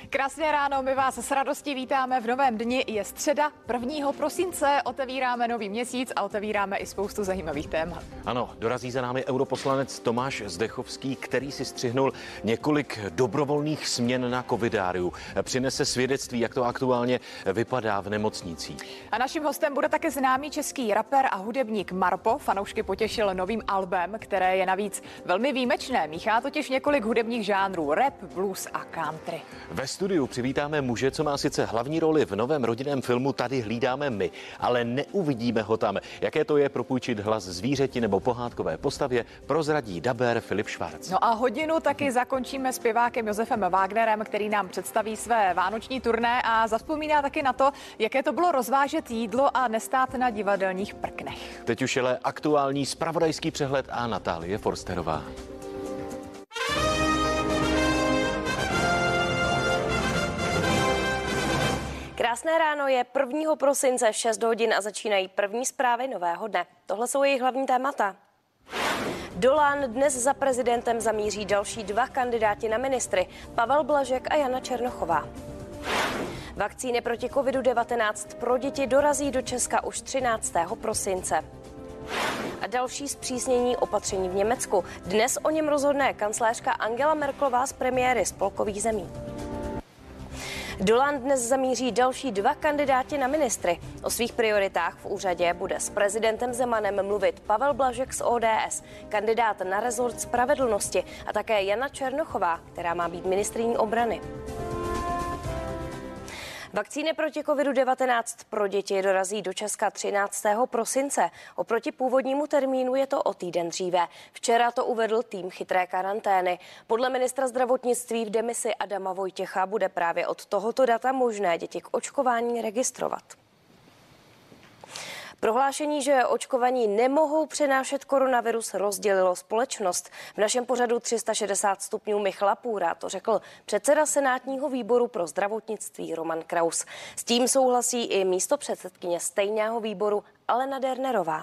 Krásné ráno, my vás s radostí vítáme v novém dni. Je středa 1. prosince, otevíráme nový měsíc a otevíráme i spoustu zajímavých témat. Ano, dorazí za námi europoslanec Tomáš Zdechovský, který si střihnul několik dobrovolných směn na covidáriu. Přinese svědectví, jak to aktuálně vypadá v nemocnicích. A naším hostem bude také známý český rapper a hudebník Marpo. Fanoušky potěšil novým albem, které je navíc velmi výjimečné. Míchá totiž několik hudebních žánrů: rap, blues a country. Ve studiu přivítáme muže, co má sice hlavní roli v novém rodinném filmu Tady hlídáme my, ale neuvidíme ho tam. Jaké to je propůjčit hlas zvířeti nebo pohádkové postavě, prozradí dabér Filip Švarc. No a hodinu taky zakončíme zpěvákem Josefem Wagnerem, který nám představí své vánoční turné a zavzpomíná taky na to, jaké to bylo rozvážet jídlo a nestát na divadelních prknech. Teď už je aktuální zpravodajský přehled a Natálie Forsterová. Krásné ráno, je 1. prosince 6 hodin a začínají první zprávy nového dne. Tohle jsou jejich hlavní témata. Do Lán dnes za prezidentem zamíří další 2 kandidáti na ministry, Pavel Blažek a Jana Černochová. Vakcíny proti covidu-19 pro děti dorazí do Česka už 13. prosince. A další zpřísnění opatření v Německu. Dnes o něm rozhodne kancléřka Angela Merkelová z premiéry spolkových zemí. Do Lán dnes zamíří další 2 kandidáti na ministry. O svých prioritách v úřadě bude s prezidentem Zemanem mluvit Pavel Blažek z ODS, kandidát na rezort spravedlnosti, a také Jana Černochová, která má být ministryní obrany. Vakcíny proti covidu-19 pro děti dorazí do Česka 13. prosince. Oproti původnímu termínu je to o týden dříve. Včera to uvedl tým chytré karantény. Podle ministra zdravotnictví v demisi Adama Vojtěcha bude právě od tohoto data možné děti k očkování registrovat. Prohlášení, že očkovaní nemohou přenášet koronavirus, rozdělilo společnost. V našem pořadu 360 stupňů Michala Půra to řekl předseda senátního výboru pro zdravotnictví Roman Kraus. S tím souhlasí i místopředsedkyně stejného výboru Alena Dernerová.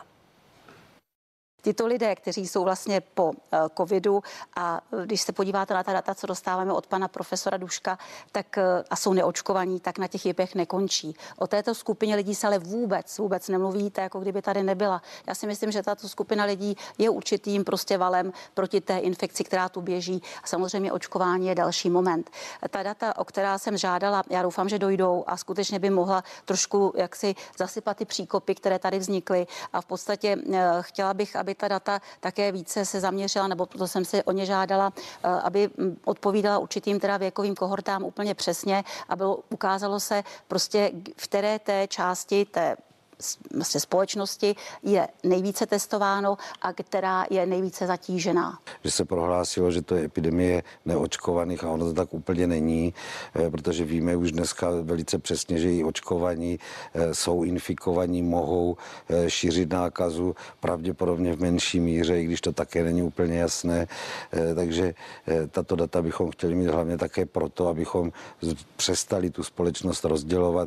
Tito lidé, kteří jsou vlastně po covidu, a když se podíváte na ta data, co dostáváme od pana profesora Duška, tak a jsou neočkovaní, tak na těch jipech nekončí. O této skupině lidí se ale vůbec nemluví, tak jako kdyby tady nebyla. Já si myslím, že tato skupina lidí je určitým prostě valem proti té infekci, která tu běží. A samozřejmě očkování je další moment. Ta data, o která jsem žádala, já doufám, že dojdou a skutečně by mohla trošku jaksi zasypat ty příkopy, které tady vznikly, a v podstatě chtěla bych, aby ta data také více se zaměřila, nebo proto jsem si o ně žádala, aby odpovídala určitým teda věkovým kohortám úplně přesně a ukázalo se prostě, v které té části té vlastně společnosti je nejvíce testováno a která je nejvíce zatížená. Že se prohlásilo, že to je epidemie neočkovaných, a ono to tak úplně není, protože víme už dneska velice přesně, že i očkovaní jsou infikovaní, mohou šířit nákazu pravděpodobně v menší míře, i když to také není úplně jasné. Takže tato data bychom chtěli mít hlavně také proto, abychom přestali tu společnost rozdělovat.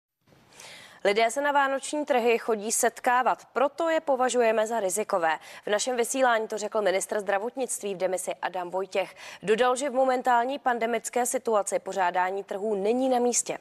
Lidé se na vánoční trhy chodí setkávat, proto je považujeme za rizikové. V našem vysílání to řekl ministr zdravotnictví v demisi Adam Vojtěch. Dodal, že v momentální pandemické situaci pořádání trhů není na místě.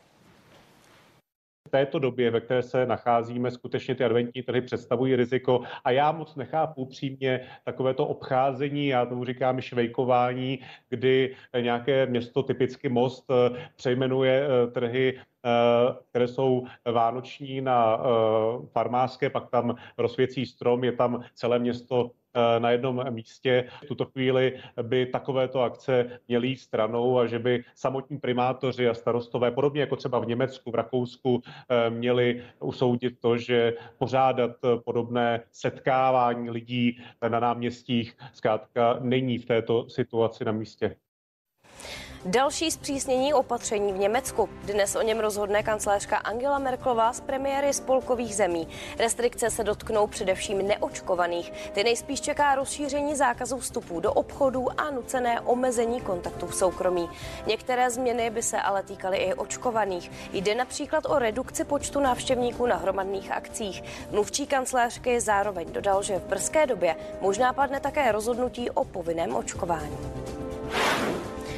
V této době, ve které se nacházíme, skutečně ty adventní trhy představují riziko a já moc nechápu upřímně takovéto obcházení, já tomu říkám švejkování, kdy nějaké město, typicky Most, přejmenuje trhy, které jsou vánoční, na farmářské, pak tam rozsvěcí strom, je tam celé město na jednom místě. V tuto chvíli by takovéto akce měly jít stranou a že by samotní primátoři a starostové, podobně jako třeba v Německu, v Rakousku, měli usoudit to, že pořádat podobné setkávání lidí na náměstích zkrátka není v této situaci na místě. Další zpřísnění opatření v Německu. Dnes o něm rozhodne kancléřka Angela Merkelová z premiéry spolkových zemí. Restrikce se dotknou především neočkovaných. Ty nejspíš čeká rozšíření zákazu vstupů do obchodů a nucené omezení kontaktů v soukromí. Některé změny by se ale týkaly i očkovaných. Jde například o redukci počtu návštěvníků na hromadných akcích. Mluvčí kancléřky zároveň dodal, že v brzké době možná padne také rozhodnutí o povinném očkování.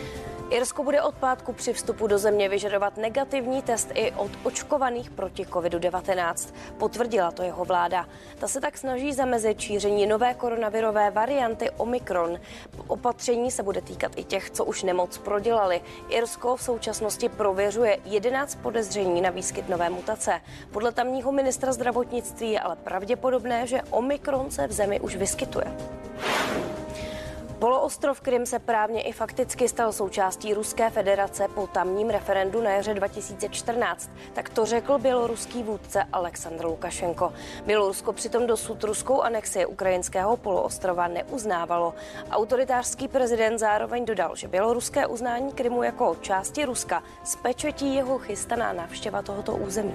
Irsko bude od pátku při vstupu do země vyžadovat negativní test i od očkovaných proti COVID-19. Potvrdila to jeho vláda. Ta se tak snaží zamezit šíření nové koronavirové varianty Omikron. Opatření se bude týkat i těch, co už nemoc prodělali. Irsko v současnosti prověřuje 11 podezření na výskyt nové mutace. Podle tamního ministra zdravotnictví je ale pravděpodobné, že Omikron se v zemi už vyskytuje. Poloostrov Krym se právně i fakticky stal součástí Ruské federace po tamním referendu na jaře 2014. Tak to řekl běloruský vůdce Alexandr Lukašenko. Bělorusko přitom dosud ruskou anexi ukrajinského poloostrova neuznávalo. Autoritářský prezident zároveň dodal, že běloruské uznání Krymu jako části Ruska zpečetí jeho chystaná návštěva tohoto území.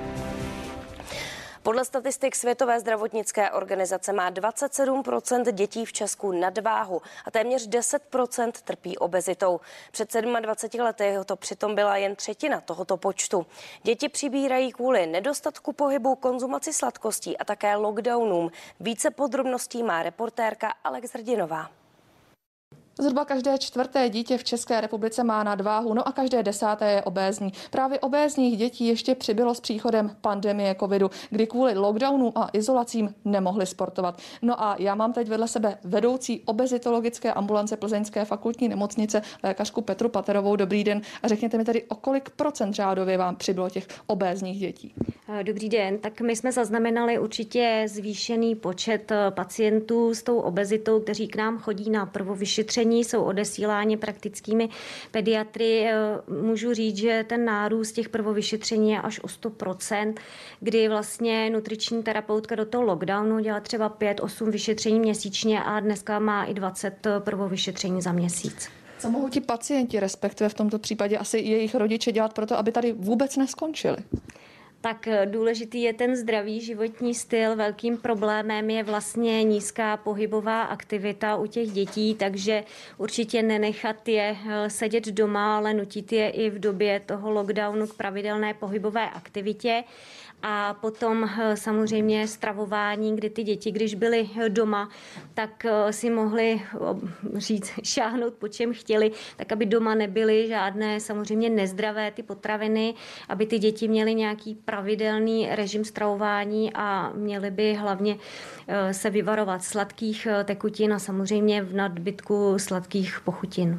Podle statistik Světové zdravotnické organizace má 27% dětí v Česku nadváhu a téměř 10% trpí obezitou. Před 27 lety to přitom byla jen třetina tohoto počtu. Děti přibírají kvůli nedostatku pohybu, konzumaci sladkostí a také lockdownům. Více podrobností má reportérka Alex Hrdinová. Zhruba každé čtvrté dítě v České republice má nadváhu, no a každé desáté je obézní. Právě obézních dětí ještě přibylo s příchodem pandemie covidu, kdy kvůli lockdownu a izolacím nemohli sportovat. No a já mám teď vedle sebe vedoucí obezitologické ambulance Plzeňské fakultní nemocnice, lékařku Petru Paterovou. Dobrý den a řekněte mi tedy, o kolik procent řádově vám přibylo těch obézních dětí? Dobrý den, tak my jsme zaznamenali určitě zvýšený počet pacientů s tou obezitou, kteří k nám chodí na prvovyšetření, jsou odesíláni praktickými pediatry. Můžu říct, že ten nárůst těch prvovyšetření je až o 100%, kdy vlastně nutriční terapeutka do toho lockdownu dělá třeba 5-8 vyšetření měsíčně a dneska má i 20 prvovyšetření za měsíc. Co mohou ti pacienti, respektive v tomto případě asi jejich rodiče dělat pro to, aby tady vůbec neskončili? Tak důležitý je ten zdravý životní styl. Velkým problémem je vlastně nízká pohybová aktivita u těch dětí, takže určitě nenechat je sedět doma, ale nutit je i v době toho lockdownu k pravidelné pohybové aktivitě. A potom samozřejmě stravování, kdy ty děti, když byly doma, tak si mohli šáhnout po čem chtěli, tak aby doma nebyly žádné samozřejmě nezdravé ty potraviny, aby ty děti měly nějaký pravidelný režim stravování a měly by hlavně se vyvarovat sladkých tekutin a samozřejmě v nadbytku sladkých pochutin.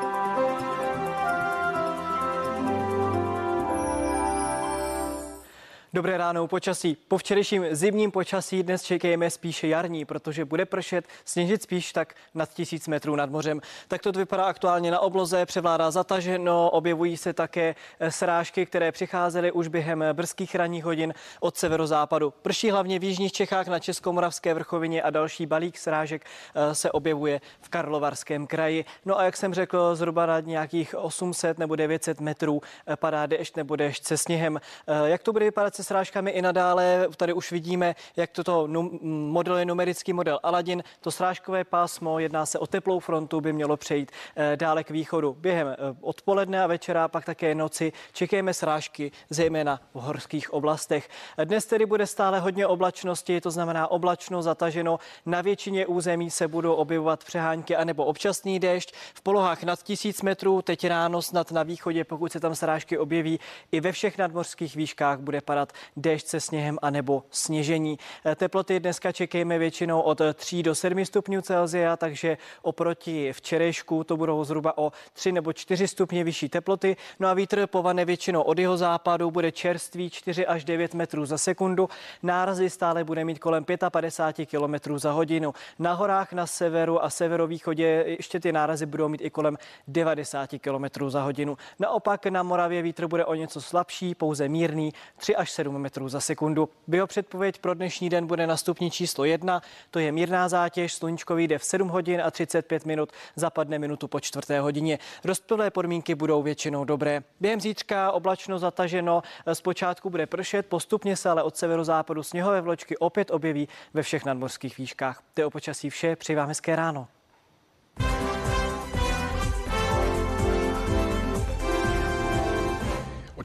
Dobré ráno, počasí. Po včerejším zimním počasí dnes čekejme spíše jarní, protože bude pršet, sněžit spíš tak nad 1000 metrů nad mořem. Tak to vypadá aktuálně na obloze, převládá zataženo, objevují se také srážky, které přicházely už během brzkých ranních hodin od severozápadu. Prší hlavně v jižních Čechách na Českomoravské vrchovině a další balík srážek se objevuje v Karlovarském kraji. No a jak jsem řekl, zhruba na nějakých 800 nebo 900 metrů padá déšť nebo déšť se sněhem. Jak to bude vypadat se srážkami i nadále? Tady už vidíme, jak toto model je numerický model Aladin. To srážkové pásmo, jedná se o teplou frontu, by mělo přejít dále k východu. Během odpoledne a večera, pak také noci čekejme srážky, zejména v horských oblastech. Dnes tedy bude stále hodně oblačnosti, to znamená oblačno, zataženo. Na většině území se budou objevovat přehánky anebo občasný déšť. V polohách nad 1000 metrů, teď ráno snad na východě, pokud se tam srážky objeví, i ve všech nadmořských výškách bude padat déšť se sněhem anebo sněžení. Teploty dneska čekejme většinou od 3 do 7 stupňů Celsia, takže oproti včerejšku to budou zhruba o 3 nebo 4 stupně vyšší teploty. No a vítr povane většinou od jihozápadu, bude čerstvý 4 až 9 metrů za sekundu. Nárazy stále bude mít kolem 55 km za hodinu. Na horách na severu a severovýchodě ještě ty nárazy budou mít i kolem 90 km za hodinu. Naopak na Moravě vítr bude o něco slabší, pouze mírný, 3 až 7 metrů za sekundu. Biopředpověď pro dnešní den bude na stupni číslo 1, to je mírná zátěž, sluníčko vyjde v 7 hodin a 35 minut, zapadne minutu po 4. hodině. Rozptylé podmínky budou většinou dobré. Během zítřka oblačno zataženo, zpočátku bude pršet, postupně se ale od severozápadu sněhové vločky opět objeví ve všech nadmořských výškách. To je o počasí vše, přeji vám hezké ráno.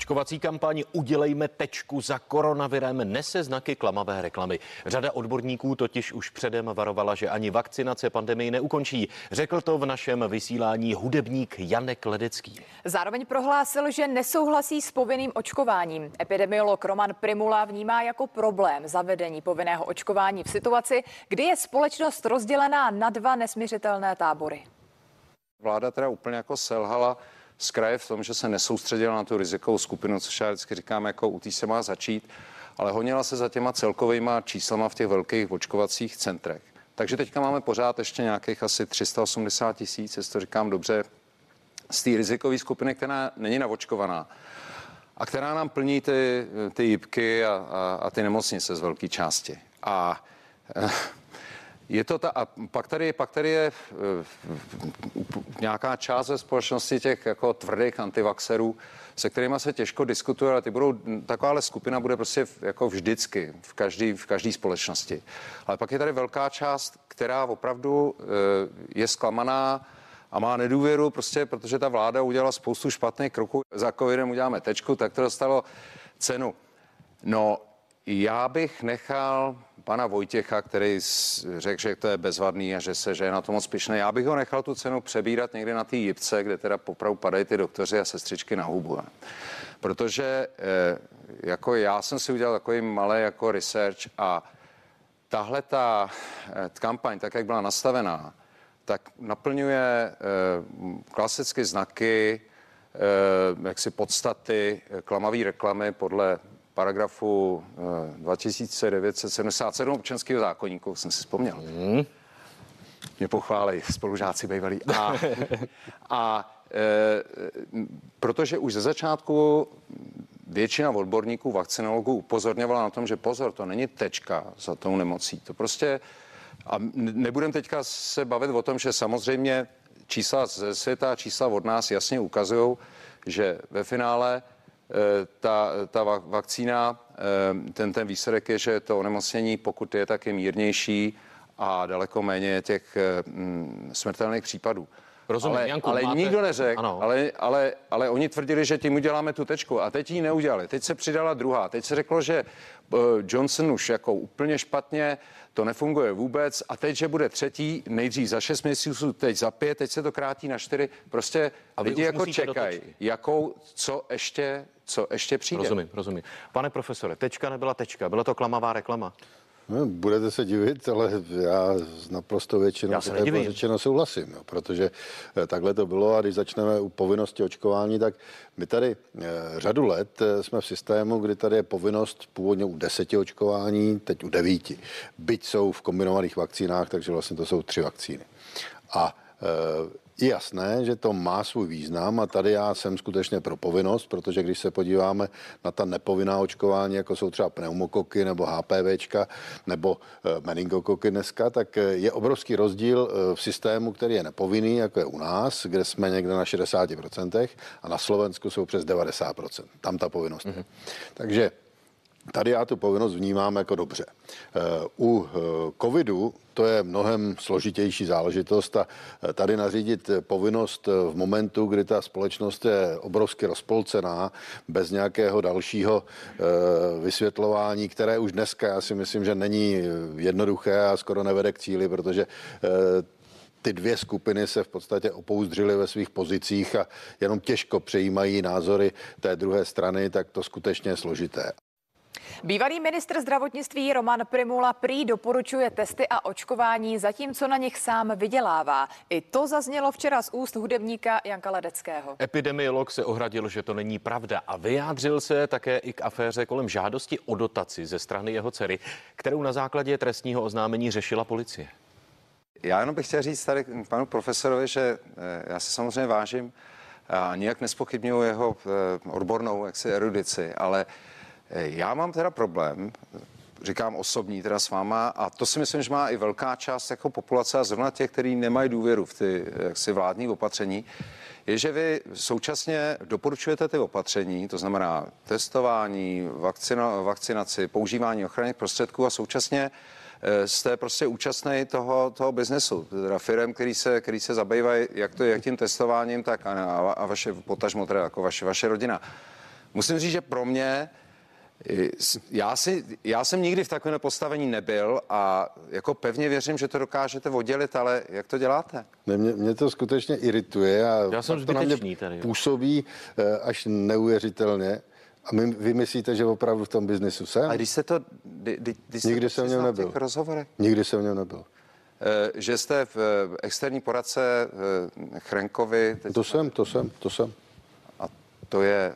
Očkovací kampaň Udělejme tečku za koronavirem nese znaky klamavé reklamy. Řada odborníků totiž už předem varovala, že ani vakcinace pandemii neukončí. Řekl to v našem vysílání hudebník Janek Ledecký. Zároveň prohlásil, že nesouhlasí s povinným očkováním. Epidemiolog Roman Primula vnímá jako problém zavedení povinného očkování v situaci, kdy je společnost rozdělená na dva nesmiřitelné tábory. Vláda teda úplně jako selhala z kraje v tom, že se nesoustředila na tu rizikovou skupinu, což já vždycky říkám, jako u té se má začít, ale honila se za těma celkovýma číslama v těch velkých očkovacích centrech. Takže teďka máme pořád ještě nějakých asi 380 000, jestli to říkám dobře, z té rizikové skupiny, která není navočkovaná a která nám plní ty jipky a ty nemocnice z velké části. A je to a pak tady je nějaká část ve společnosti těch jako tvrdých antivaxerů, se kterými se těžko diskutuje, ale takováhle skupina bude prostě jako vždycky v každé společnosti. Ale pak je tady velká část, která opravdu je zklamaná a má nedůvěru, prostě protože ta vláda udělala spoustu špatných kroků. Za covidem uděláme tečku, tak to dostalo cenu. No, já bych nechal pana Vojtěcha, který řekl, že to je bezvadný a že je na to moc pyšný. Já bych ho nechal tu cenu přebírat někde na té jipce, kde teda popravdu padají ty doktoři a sestřičky na hubu. Protože jako já jsem si udělal takový malý jako research a tahle ta kampaň, tak jak byla nastavená, tak naplňuje klasické znaky, jaksi podstaty klamavé reklamy podle paragrafu 2977 občanského zákoníku, jsem si vzpomněl. Mě pochválej, spolužáci bývalí. Protože už ze začátku většina odborníků, vakcinologů upozorňovala na tom, že pozor, to není tečka za tou nemocí. To prostě, a nebudem teďka se bavit o tom, že samozřejmě čísla ze světa, čísla od nás jasně ukazují, že ve finále ta vakcína, ten výsledek je, že to onemocnění, pokud je, tak je mírnější a daleko méně těch smrtelných případů. Rozumím, Janku, ale nikdo neřekl, ale oni tvrdili, že tím uděláme tu tečku a teď ji neudělali. Teď se přidala druhá. Teď se řeklo, že Johnson už jako úplně špatně, to nefunguje vůbec a teď, že bude třetí, nejdřív za 6 měsíců, teď za 5, teď se to krátí na 4. Prostě lidi jako čekají, co ještě přijde. Rozumím. Pane profesore, tečka nebyla tečka, byla to klamavá reklama. No, budete se divit, ale já naprosto většinou řečeno souhlasím, jo, protože takhle to bylo a když začneme u povinnosti očkování, tak my tady řadu let jsme v systému, kdy tady je povinnost původně u 10 očkování, teď u 9. Byť jsou v kombinovaných vakcínách, takže vlastně to jsou 3 vakcíny. A je jasné, že to má svůj význam a tady já jsem skutečně pro povinnost, protože když se podíváme na ta nepovinná očkování, jako jsou třeba pneumokoky nebo HPVčka nebo meningokoky dneska, tak je obrovský rozdíl v systému, který je nepovinný, jako je u nás, kde jsme někde na 60% a na Slovensku jsou přes 90%. Tam ta povinnost je. Takže tady já tu povinnost vnímám jako dobře. U covidu to je mnohem složitější záležitost a tady nařídit povinnost v momentu, kdy ta společnost je obrovsky rozpolcená, bez nějakého dalšího vysvětlování, které už dneska já si myslím, že není jednoduché a skoro nevede k cíli, protože ty dvě skupiny se v podstatě opouzdřily ve svých pozicích a jenom těžko přejímají názory té druhé strany, tak to skutečně je složité. Bývalý ministr zdravotnictví Roman Primula prý doporučuje testy a očkování, zatímco na nich sám vydělává. I to zaznělo včera z úst hudebníka Janka Ledeckého. Epidemiolog se ohradil, že to není pravda a vyjádřil se také i k aféře kolem žádosti o dotaci ze strany jeho dcery, kterou na základě trestního oznámení řešila policie. Já jenom bych chtěl říct tady panu profesorovi, že já se samozřejmě vážím a nijak nespochybňuji jeho odbornou erudici, ale já mám teda problém, říkám osobní teda s váma, a to si myslím, že má i velká část jako populace a zrovna těch, kteří nemají důvěru v ty vládní opatření, je, že vy současně doporučujete ty opatření, to znamená testování, vakcinaci, používání ochranných prostředků a současně jste prostě účastný toho biznesu, teda firem, který se zabývají jak tím testováním, tak a vaše potažmo teda jako vaše rodina. musím říct, že pro mě, já jsem nikdy v takovém postavení nebyl a jako pevně věřím, že to dokážete oddělit, ale jak to děláte? Mě to skutečně irituje a já jsem to na mě tady, působí až neuvěřitelně. A vy myslíte, že opravdu v tom biznesu jsem? A když se to... Nikdy jsem v něm nebyl. Nikdy jsem v něm nebyl. Že jste v externí poradce Chrenkovi... To jsem. A to je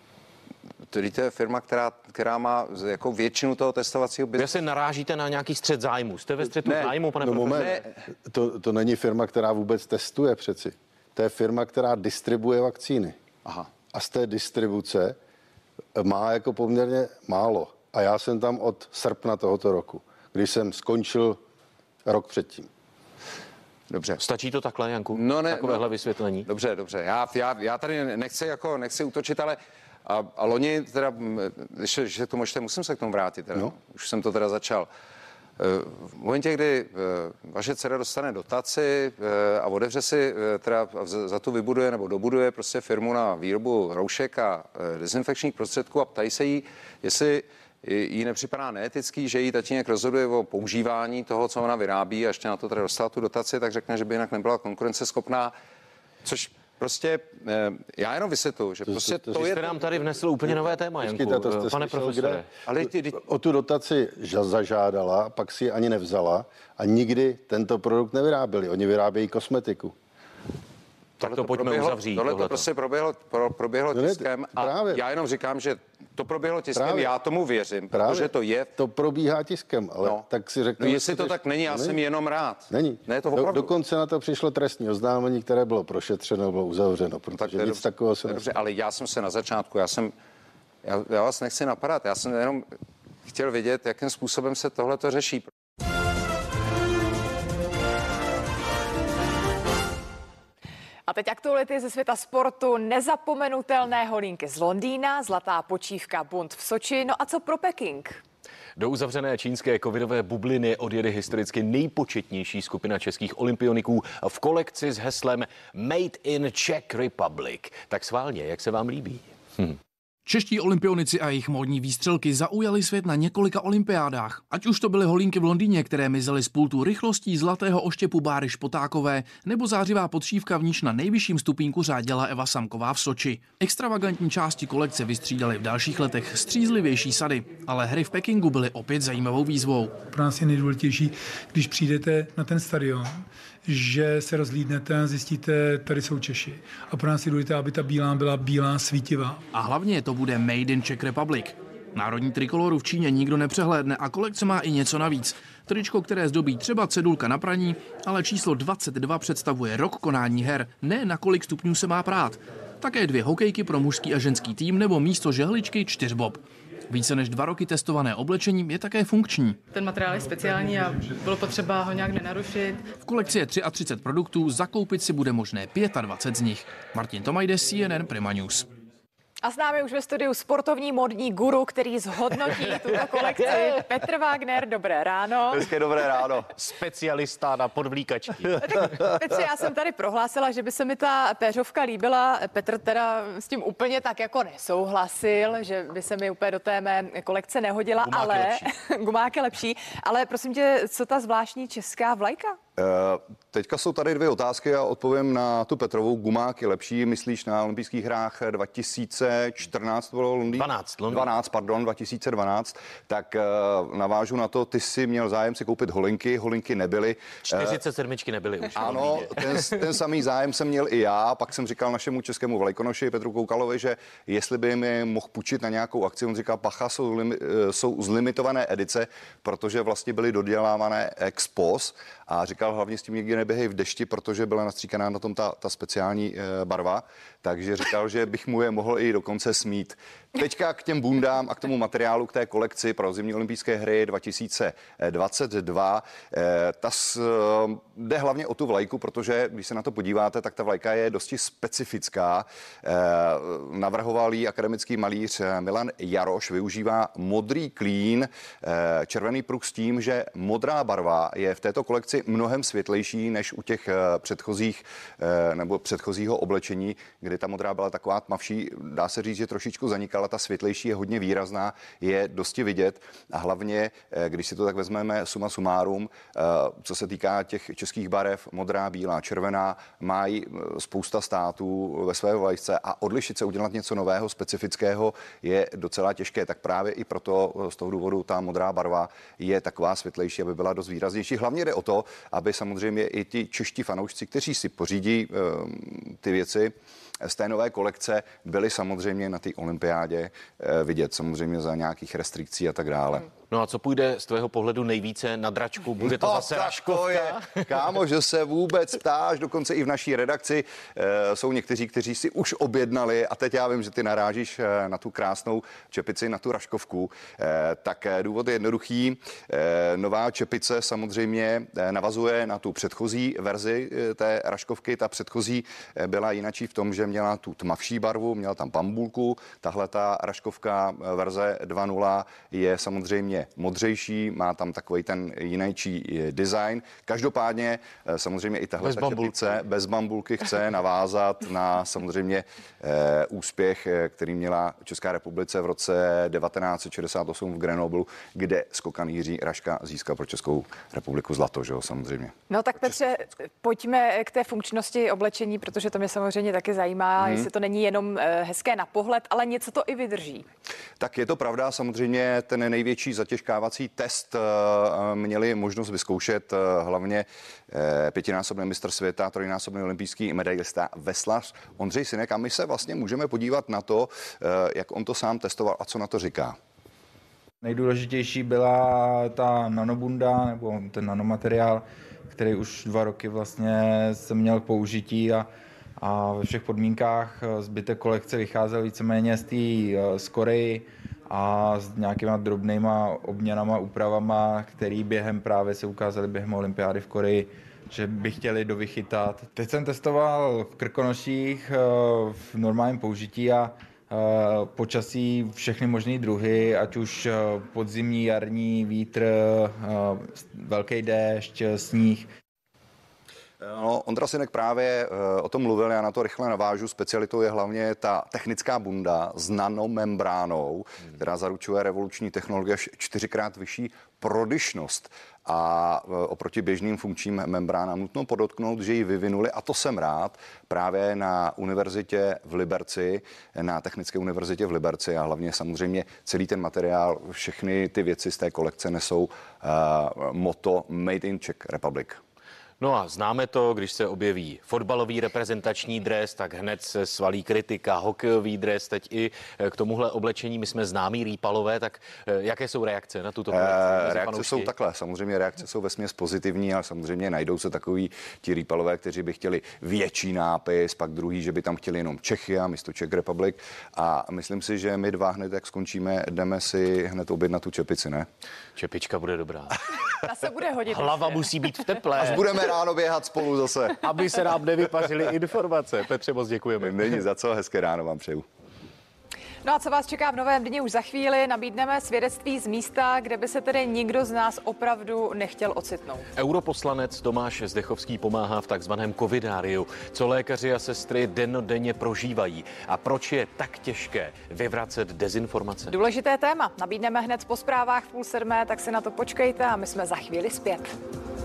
firma, která má jako většinu toho testovacího biznesu. Vy se narážíte na nějaký střet zájmu. Jste ve střetu zájmu, pane profesore? To není firma, která vůbec testuje přeci. To je firma, která distribuje vakcíny. Aha. A z té distribuce má jako poměrně málo. A já jsem tam od srpna tohoto roku, když jsem skončil rok předtím. Dobře. Stačí to takhle, Janku? Takovéhle vysvětlení. Dobře. Já tady nechci útočit, ale a loni teda, že to možná musím se k tomu vrátit, teda. No. Už jsem to teda začal. V momentě, kdy vaše dcera dostane dotaci a otevře si, teda za to vybuduje nebo dobuduje prostě firmu na výrobu roušek a dezinfekčních prostředků a ptají se jí, jestli jí nepřipadá neetický, že jí tatínek rozhoduje o používání toho, co ona vyrábí a ještě na to teda dostala tu dotaci, tak řekne, že by jinak nebyla konkurenceschopná, což prostě já jenom vysvětluji, že prostě to je... Jste nám tady vnesl úplně nové téma, Janku, pane profesore. Ale o tu dotaci zažádala, pak si ji ani nevzala a nikdy tento produkt nevyráběli. Oni vyrábějí kosmetiku. Tak to pojďme uzavřít. Tohle to prostě proběhlo tiskem a já jenom říkám, že to proběhlo tiskem, já tomu věřím, protože to je... To probíhá tiskem, ale tak si řeknu... jestli to tak není, já jsem jenom rád. Není. Ne, to opravdu. Dokonce na to přišlo trestní oznámení, které bylo prošetřeno, bylo uzavřeno, protože nic takového se... Dobře, ale já jsem se na začátku, já vás nechci napadat, já jsem jenom chtěl vědět, jakým způsobem se tohle to řeší. A teď aktuality ze světa sportu. Nezapomenutelné holínky z Londýna, zlatá počívka Bund v Soči. No a co pro Peking? Do uzavřené čínské covidové bubliny odjede historicky nejpočetnější skupina českých olympioniků v kolekci s heslem Made in Czech Republic. Tak schválně, jak se vám líbí? Čeští olympionici a jejich módní výstřelky zaujali svět na několika olympiádách. Ať už to byly holínky v Londýně, které mizely z pultu rychlostí zlatého oštěpu Báry Špotákové, nebo zářivá podšívka, v níž na nejvyšším stupínku řádila Eva Samková v Soči. Extravagantní části kolekce vystřídaly v dalších letech střízlivější sady, ale hry v Pekingu byly opět zajímavou výzvou. Pro nás je nejdůležitější, když přijdete na ten stadion, že se rozhlídnete a zjistíte, tady jsou Češi. A pro nás je důležité, aby ta bílá byla bílá, svítivá. A hlavně to bude Made in Czech Republic. Národní trikoloru v Číně nikdo nepřehlédne a kolekce má i něco navíc. Tričko, které zdobí třeba cedulka na praní, ale číslo 22 představuje rok konání her, ne na kolik stupňů se má prát. Také 2 hokejky pro mužský a ženský tým nebo místo žehličky 4bob. Více než 2 roky testované oblečení je také funkční. Ten materiál je speciální a bylo potřeba ho nějak nenarušit. V kolekci je 33 produktů, zakoupit si bude možné 25 z nich. Martin Tomajdes, CNN Prima News. A s námi už ve studiu sportovní modní guru, který zhodnotí tuto kolekci. Petr Wagner, dobré ráno. Hezké dobré ráno. Specialista na podvlíkačky. Petře, já jsem tady prohlásila, že by se mi ta péřovka líbila. Petr teda s tím úplně tak jako nesouhlasil, že by se mi úplně do té mé kolekce nehodila, ale gumák je lepší. Ale prosím tě, co ta zvláštní česká vlajka? Teďka jsou tady 2 otázky a odpovím na tu Petrovou. Gumák je lepší, myslíš na olympijských hrách 2014, to bylo Londýn? 2012. Tak navážu na to, ty jsi měl zájem si koupit holinky nebyly. 47 nebyly už. Ano, ten samý zájem jsem měl i já, pak jsem říkal našemu českému vlajkonoši Petru Koukalovi, že jestli by mi mohl půjčit na nějakou akci, on říkal, pacha, jsou z limitované edice, protože vlastně byly dodělávané ex post a říkal, hlavně s tím nikdy neběhej v dešti, protože byla nastříkaná na tom ta speciální barva, takže říkal, že bych mu je mohl i dokonce smít. Teďka k těm bundám a k tomu materiálu, k té kolekci pro zimní olympijské hry 2022. Jde hlavně o tu vlajku, protože když se na to podíváte, tak ta vlajka je dosti specifická. Navrhoval jí akademický malíř Milan Jaroš, využívá modrý klín, červený pruh s tím, že modrá barva je v této kolekci mnohem mnohem světlejší než u těch předchozích nebo předchozího oblečení, kdy ta modrá byla taková tmavší. Dá se říct, že trošičku zanikala, ta světlejší je hodně výrazná, je dosti vidět a hlavně, když si to tak vezmeme suma sumárum, co se týká těch českých barev, modrá, bílá, červená, mají spousta států ve své vlajce a odlišit se, udělat něco nového, specifického je docela těžké. Tak právě i proto z toho důvodu ta modrá barva je taková světlejší, aby byla dost výraznější. Hlavně jde o to, aby samozřejmě i ti čeští fanoušci, kteří si pořídí ty věci z té nové kolekce, byli samozřejmě na té olympiádě vidět, samozřejmě za nějakých restrikcí a tak dále. No a co půjde z tvého pohledu nejvíce na dračku? Bude to zase raškovka? Kámo, že se vůbec ptáš, dokonce i v naší redakci jsou někteří, kteří si už objednali a teď já vím, že ty narážíš na tu krásnou čepici, na tu raškovku. Tak důvod je jednoduchý. Nová čepice samozřejmě navazuje na tu předchozí verzi té raškovky. Ta předchozí byla jinačí v tom, že měla tu tmavší barvu, měla tam bambulku. Tahle ta raškovka verze 2.0 je samozřejmě modřejší, má tam takový ten jiný design. Každopádně samozřejmě i tahle čepice bez bambulky chce navázat na samozřejmě úspěch, který měla Česká republice v roce 1968 v Grenoblu, kde skokan Jiří Raška získal pro Českou republiku zlato, že jo, samozřejmě. No tak Petře, pojďme k té funkčnosti oblečení, protože to mě samozřejmě taky zajímá, jestli to není jenom hezké na pohled, ale něco to i vydrží. Tak je to pravda, samozřejmě ten největší zatěžkávací test měli možnost vyzkoušet hlavně pětinásobný mistr světa, trojnásobný olympijský medailista veslař Ondřej Synek a my se vlastně můžeme podívat na to, jak on to sám testoval a co na to říká. Nejdůležitější byla ta nanobunda nebo ten nanomateriál, který už 2 roky vlastně jsem měl k použití a ve všech podmínkách zbytek kolekce vycházel víceméně z Koreji a s nějakýma drobnýma obměnama, úpravama, který právě se ukázaly během olympiády v Koreji, že by chtěli dovychytat. Teď jsem testoval v Krkonoších v normálním použití a počasí všechny možné druhy, ať už podzimní, jarní, vítr, velký déšť, sníh. No, Ondra Synek právě o tom mluvil, já na to rychle navážu. Specialitou je hlavně ta technická bunda s nanomembránou, která zaručuje revoluční technologie až 4x vyšší prodyšnost. A oproti běžným funkčním membránám nutno podotknout, že ji vyvinuli, a to jsem rád, právě na univerzitě v Liberci, na Technické univerzitě v Liberci a hlavně samozřejmě celý ten materiál, všechny ty věci z té kolekce nesou motto Made in Czech Republic. No a známe to, když se objeví fotbalový reprezentační dres, tak hned se svalí kritika, hokejový dres, teď i k tomuhle oblečení. My jsme známí Rýpalové, tak jaké jsou reakce na tuto kolekci? Reakce jsou takhle, samozřejmě reakce jsou vesměs pozitivní, ale samozřejmě najdou se takový ti Rýpalové, kteří by chtěli větší nápis, pak druhý, že by tam chtěli jenom Čechy a místo Czech Republic. A myslím si, že my dva hned, jak skončíme, jdeme si hned objednat tu čepici, ne? Čepička bude dobrá. Ta se bude hodit. Hlava musí být v teple. Až budeme ráno běhat spolu zase. Aby se nám nevypařily informace. Petře, moc děkujeme. Není za co, hezké ráno vám přeju. No a co vás čeká v novém dni už za chvíli? Nabídneme svědectví z místa, kde by se tedy nikdo z nás opravdu nechtěl ocitnout. Europoslanec Tomáš Zdechovský pomáhá v takzvaném covidáriu. Co lékaři a sestry dennodenně prožívají a proč je tak těžké vyvracet dezinformace? Důležité téma. Nabídneme hned po zprávách v 6:30, tak si na to počkejte a my jsme za chvíli zpět.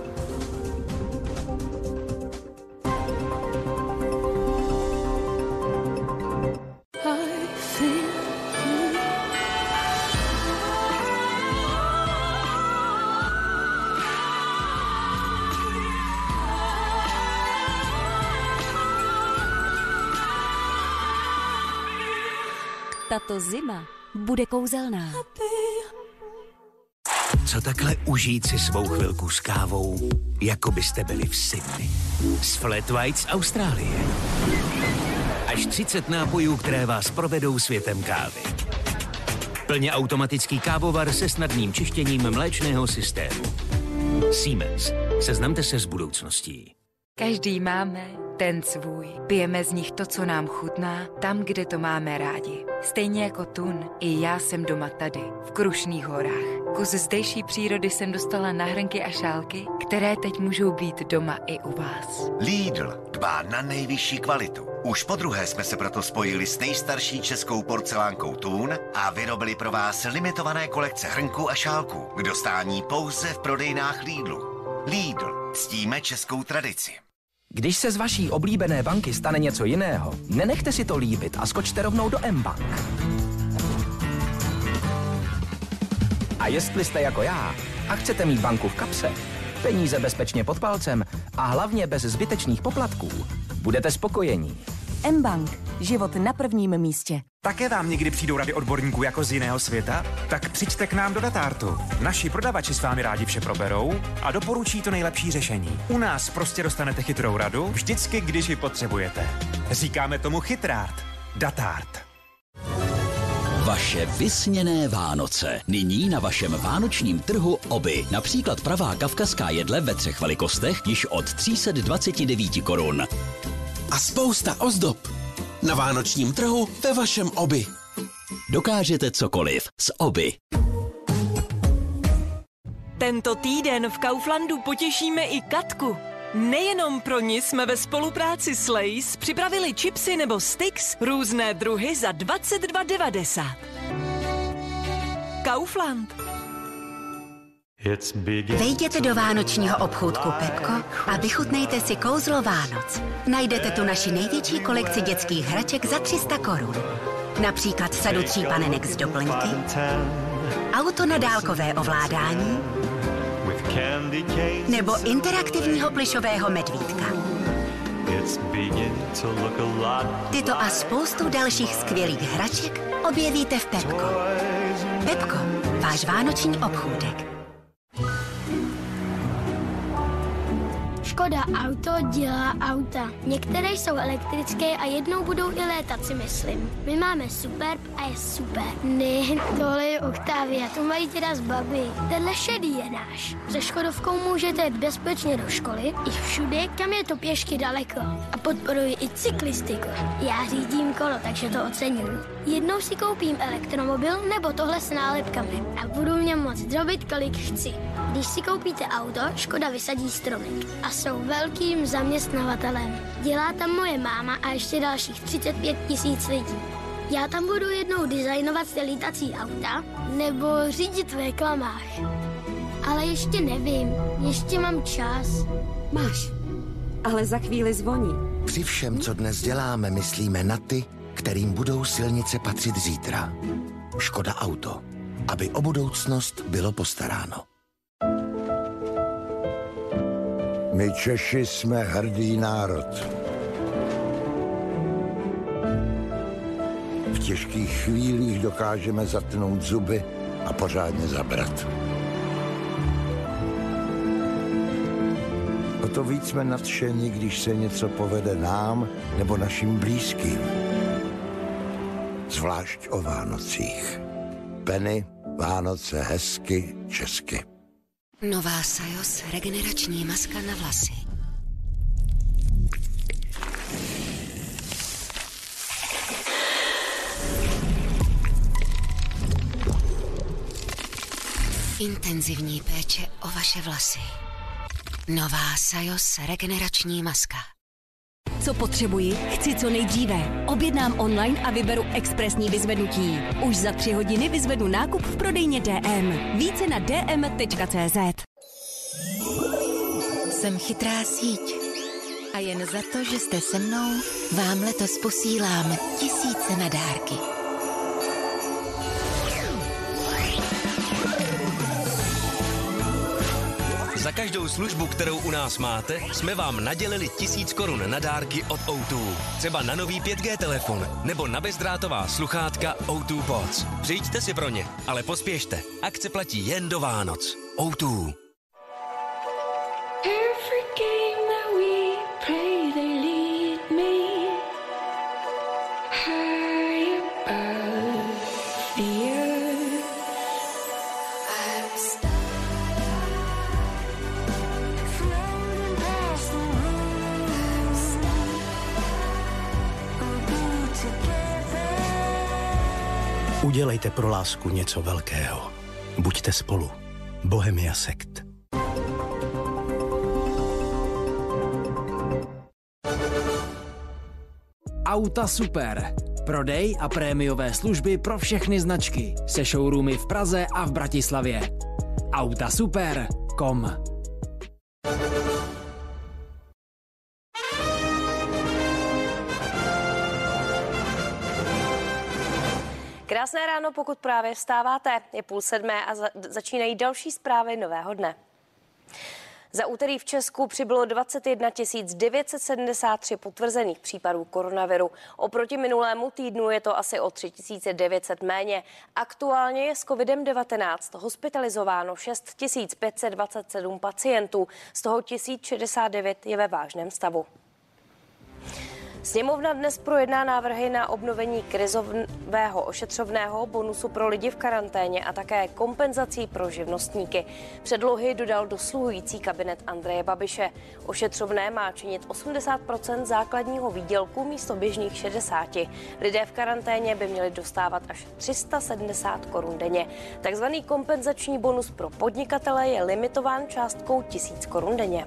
Tato zima bude kouzelná. Co takhle užít si svou chvilku s kávou, jako byste byli v Sydney. Z Flat White z Austrálie. Až 30 nápojů, které vás provedou světem kávy. Plně automatický kávovar se snadným čištěním mléčného systému. Siemens. Seznamte se s budoucností. Každý máme ten svůj. Pijeme z nich to, co nám chutná, tam, kde to máme rádi. Stejně jako Tun, i já jsem doma tady, v Krušných horách. Kus zdejší přírody jsem dostala na hrnky a šálky, které teď můžou být doma i u vás. Lidl dbá na nejvyšší kvalitu. Už podruhé jsme se proto spojili s nejstarší českou porcelánkou Tun a vyrobili pro vás limitované kolekce hrnků a šálků k dostání pouze v prodejnách Lidlu. Lidl, ctíme českou tradici. Když se z vaší oblíbené banky stane něco jiného, nenechte si to líbit a skočte rovnou do mBank. A jestli jste jako já a chcete mít banku v kapse, peníze bezpečně pod palcem a hlavně bez zbytečných poplatků, budete spokojení. mBank. Život na prvním místě. Také vám někdy přijdou rady odborníků jako z jiného světa? Tak přijďte k nám do Datartu. Naši prodavači s vámi rádi vše proberou a doporučí to nejlepší řešení. U nás prostě dostanete chytrou radu vždycky, když ji potřebujete. Říkáme tomu chytrát. Datart. Vaše vysněné Vánoce. Nyní na vašem vánočním trhu Oby. Například pravá kavkazská jedle ve 3 velikostech již od 329 korun. A spousta ozdob na vánočním trhu ve vašem Oby. Dokážete cokoliv s Oby. Tento týden v Kauflandu potěšíme i Katku. Nejenom pro ní jsme ve spolupráci s Lay's připravili chipsy nebo sticks různé druhy za 22,90. Kaufland. Vejděte do vánočního obchůdku Pepko a vychutnejte si kouzlo Vánoc. Najdete tu naši největší kolekci dětských hraček za 300 korun. Například sadu 3 panenek z doplňky, auto na dálkové ovládání nebo interaktivního plyšového medvídka. Tyto a spoustu dalších skvělých hraček objevíte v Pepko. Pepko, váš vánoční obchůdek. Škoda Auto dělá auta. Některé jsou elektrické a jednou budou i létat, si myslím. My máme Superb a je super. Ne, tohle je Octavia, to mají teda z babi. Tenhle šedý je náš. Se Škodovkou můžete jít bezpečně do školy i všude, kam je to pěšky daleko. A podporuji i cyklistiku. Já řídím kolo, takže to oceňuji. Jednou si koupím elektromobil nebo tohle s nálepkami a budu mě moct drobit, kolik chci. Když si koupíte auto, Škoda vysadí stromek a jsou velkým zaměstnavatelem. Dělá tam moje máma a ještě dalších 35 000 lidí. Já tam budu jednou designovat lítací auta nebo řídit v reklamách. Ale ještě nevím, ještě mám čas. Máš, ale za chvíli zvoní. Při všem, co dnes děláme, myslíme na ty, kterým budou silnice patřit zítra. Škoda Auto. Aby o budoucnost bylo postaráno. My Češi jsme hrdý národ. V těžkých chvílích dokážeme zatnout zuby a pořádně zabrat. O to víc jsme nadšení, když se něco povede nám nebo našim blízkým. Zvlášť o Vánocích. Penny, Vánoce hezky česky. Nová Sajos regenerační maska na vlasy. Intenzivní péče o vaše vlasy. Nová Sajos regenerační maska. Co potřebuji, chci co nejdříve. Objednám online a vyberu expresní vyzvednutí. Už za 3 hodiny vyzvedu nákup v prodejně DM. Více na dm.cz. Jsem chytrá síť. A jen za to, že jste se mnou, vám letos posílám 1000 na dárky. Za každou službu, kterou u nás máte, jsme vám nadělili 1000 korun na dárky od O2. Třeba na nový 5G telefon nebo na bezdrátová sluchátka O2 Pods. Přijďte si pro ně, ale pospěšte. Akce platí jen do Vánoc. O2. Udělejte pro lásku něco velkého. Buďte spolu. Bohemia Sekt. Auta Super. Prodej a prémiové služby pro všechny značky. Se showroomy v Praze a v Bratislavě. Autasuper.com. Krásné ráno, pokud právě vstáváte. Je 6:30 a začínají další zprávy nového dne. Za úterý v Česku přibylo 21 973 potvrzených případů koronaviru. Oproti minulému týdnu je to asi o 3 900 méně. Aktuálně je s covidem-19 hospitalizováno 6 527 pacientů, z toho 1069 je ve vážném stavu. Sněmovna dnes projedná návrhy na obnovení krizového ošetřovného, bonusu pro lidi v karanténě a také kompenzací pro živnostníky. Předlohy dodal dosluhující kabinet Andreje Babiše. Ošetřovné má činit 80% základního výdělku místo běžných 60. Lidé v karanténě by měli dostávat až 370 korun denně. Takzvaný kompenzační bonus pro podnikatele je limitován částkou 1000 korun denně.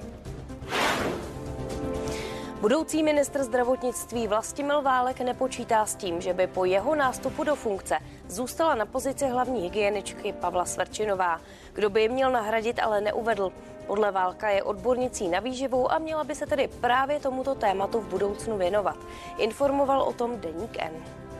Budoucí ministr zdravotnictví Vlastimil Válek nepočítá s tím, že by po jeho nástupu do funkce zůstala na pozici hlavní hygieničky Pavla Svrčinová. Kdo by ji měl nahradit, ale neuvedl. Podle Válka je odbornicí na výživu a měla by se tedy právě tomuto tématu v budoucnu věnovat. Informoval o tom deník N.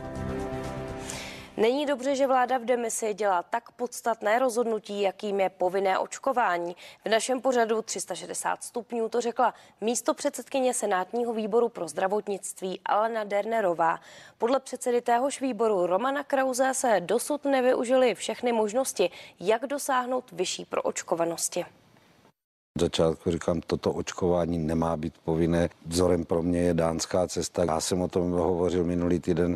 Není dobře, že vláda v demisi dělá tak podstatné rozhodnutí, jakým je povinné očkování. V našem pořadu 360 stupňů to řekla místopředsedkyně Senátního výboru pro zdravotnictví Alena Dernerová. Podle předsedy téhož výboru Romana Krause se dosud nevyužily všechny možnosti, jak dosáhnout vyšší proočkovanosti. Od začátku říkám, toto očkování nemá být povinné. Vzorem pro mě je dánská cesta. Já jsem o tom hovořil minulý týden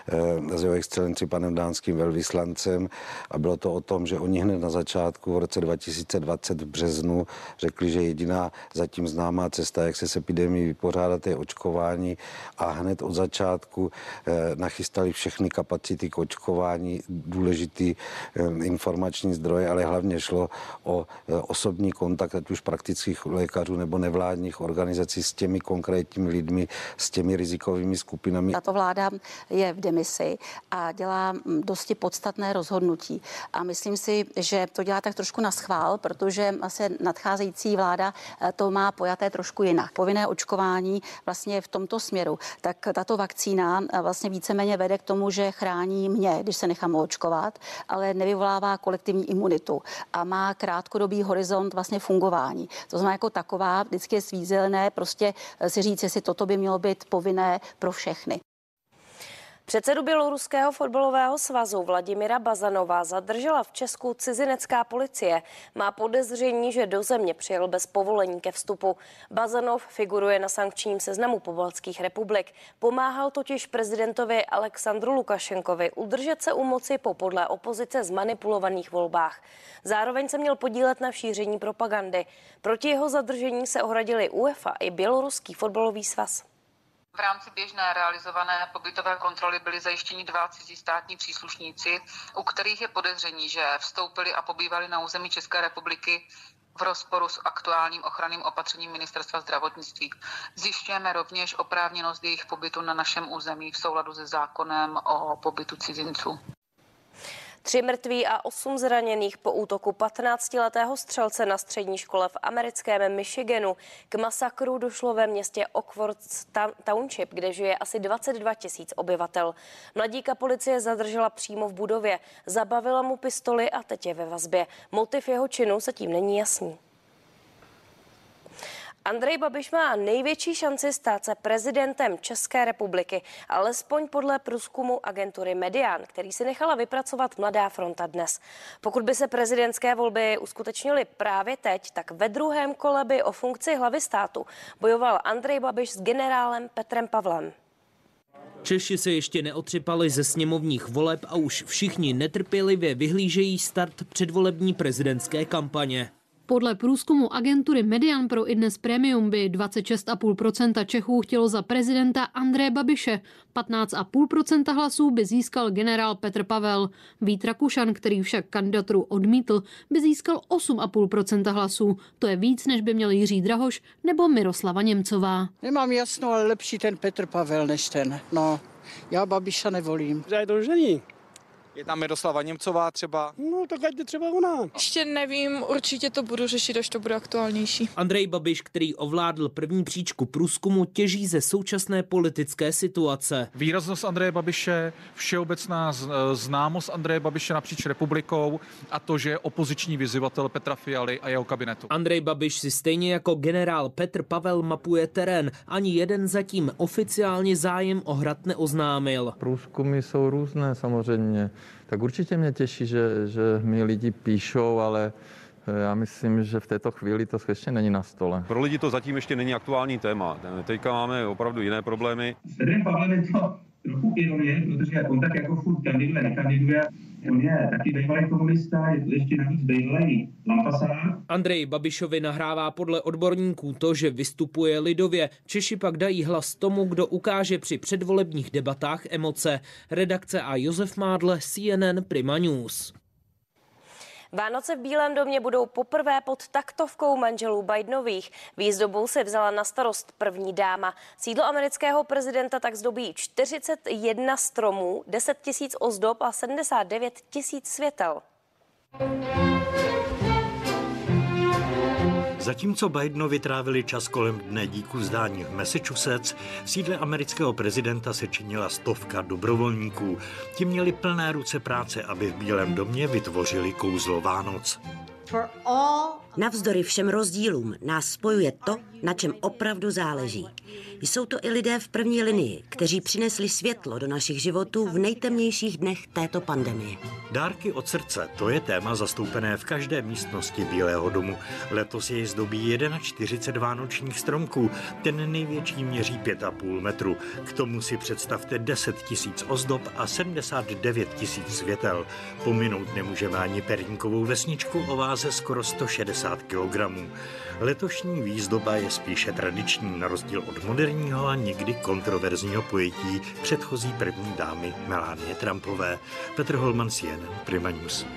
s jeho excelencí panem dánským velvyslancem a bylo to o tom, že oni hned na začátku v roce 2020 v březnu řekli, že jediná zatím známá cesta, jak se s epidemií vypořádat, je očkování a hned od začátku nachystali všechny kapacity k očkování, důležitý informační zdroje, ale hlavně šlo o osobní kontakt, ať už praktických lékařů nebo nevládních organizací s těmi konkrétními lidmi, s těmi rizikovými skupinami. Tato vláda je v demisi a dělá dosti podstatné rozhodnutí. A myslím si, že to dělá tak trošku na schvál, protože asi nadcházející vláda to má pojaté trošku jinak. Povinné očkování vlastně v tomto směru. Tak tato vakcína vlastně víceméně vede k tomu, že chrání mě, když se nechám očkovat, ale nevyvolává kolektivní imunitu a má krátkodobý horizont vlastně fungování. To znamená jako taková, vždycky je svízelné prostě si říct, jestli toto by mělo být povinné pro všechny. Předsedu Běloruského fotbalového svazu Vladimira Bazanova zadržela v Česku cizinecká policie. Má podezření, že do země přijel bez povolení ke vstupu. Bazanov figuruje na sankčním seznamu pobaltských republik. Pomáhal totiž prezidentovi Alexandru Lukašenkovi udržet se u moci po podle opozice zmanipulovaných volbách. Zároveň se měl podílet na šíření propagandy. Proti jeho zadržení se ohradili UEFA i Běloruský fotbalový svaz. V rámci běžné realizované pobytové kontroly byli zajištěni 2 cizí státní příslušníci, u kterých je podezření, že vstoupili a pobývali na území České republiky v rozporu s aktuálním ochranným opatřením Ministerstva zdravotnictví. Zjišťujeme rovněž oprávněnost jejich pobytu na našem území v souladu se zákonem o pobytu cizinců. 3 mrtví a 8 zraněných po útoku 15letého střelce na střední škole v americkém Michiganu. K masakru došlo ve městě Oakwood Township, kde žije asi 22 000 obyvatel. Mladíka policie zadržela přímo v budově, zabavila mu pistoli a teď je ve vazbě. Motiv jeho činu zatím není jasný. Andrej Babiš má největší šanci stát se prezidentem České republiky, alespoň podle průzkumu agentury Median, který si nechala vypracovat Mladá fronta dnes. Pokud by se prezidentské volby uskutečnily právě teď, tak ve druhém kole by o funkci hlavy státu bojoval Andrej Babiš s generálem Petrem Pavlem. Češi se ještě neotřepali ze sněmovních voleb a už všichni netrpělivě vyhlížejí start předvolební prezidentské kampaně. Podle průzkumu agentury Median pro iDnes Premium by 26,5% Čechů chtělo za prezidenta Andreje Babiše. 15,5% hlasů by získal generál Petr Pavel. Vít Rakušan, který však kandidaturu odmítl, by získal 8,5% hlasů. To je víc, než by měl Jiří Drahoš nebo Miroslava Němcová. Nemám jasno, ale lepší ten Petr Pavel než ten. No, já Babiša nevolím. To už není. Je tam Miroslava Němcová třeba? No, tak ať třeba ona. Ještě nevím, určitě to budu řešit, až to bude aktuálnější. Andrej Babiš, který ovládl první příčku průzkumu, těží ze současné politické situace. Výraznost Andreje Babiše, všeobecná známost Andreje Babiše napříč republikou a to, že je opoziční vyzývatel Petra Fialy a jeho kabinetu. Andrej Babiš si stejně jako generál Petr Pavel mapuje terén. Ani jeden zatím oficiálně zájem o Hrad neoznámil. Průzkumy jsou různé samozřejmě. Tak určitě mě těší, že mi lidi píšou, ale já myslím, že v této chvíli to ještě není na stole. Pro lidi to zatím ještě není aktuální téma. Teďka máme opravdu jiné problémy. S Petrem Pavlem je to trochu ironie, protože on tak jako furt nekandiduje. On je taky bývalý komunista, je to ještě navíc bývalý lampasák. Andrej Babišovi nahrává podle odborníků to, že vystupuje lidově. Češi pak dají hlas tomu, kdo ukáže při předvolebních debatách emoce. Redakce a Josef Mádle, CNN Prima News. Vánoce v Bílém domě budou poprvé pod taktovkou manželů Bidenových. Výzdobu si vzala na starost první dáma. Sídlo amerického prezidenta tak zdobí 41 stromů, 10 000 ozdob a 79 000 světel. Zatímco Bidenovi trávili čas kolem Dne díků vzdání v Massachusetts, v sídle amerického prezidenta se činila 100 dobrovolníků. Ti měli plné ruce práce, aby v Bílém domě vytvořili kouzlo Vánoc. Navzdory všem rozdílům nás spojuje to, na čem opravdu záleží. Jsou to i lidé v první linii, kteří přinesli světlo do našich životů v nejtemnějších dnech této pandemie. Dárky od srdce, to je téma zastoupené v každé místnosti Bílého domu. Letos jej zdobí 41 vánočních stromků, ten největší měří 5,5 metru. K tomu si představte 10 000 ozdob a 79 000 světel. Pominout nemůžeme ani perníkovou vesničku o váze skoro 160 kg. Letošní výzdoba je spíše tradiční, na rozdíl od moderního a někdy kontroverzního pojetí předchozí první dámy Melanie Trumpové. Petr Holman, CNN Prima News.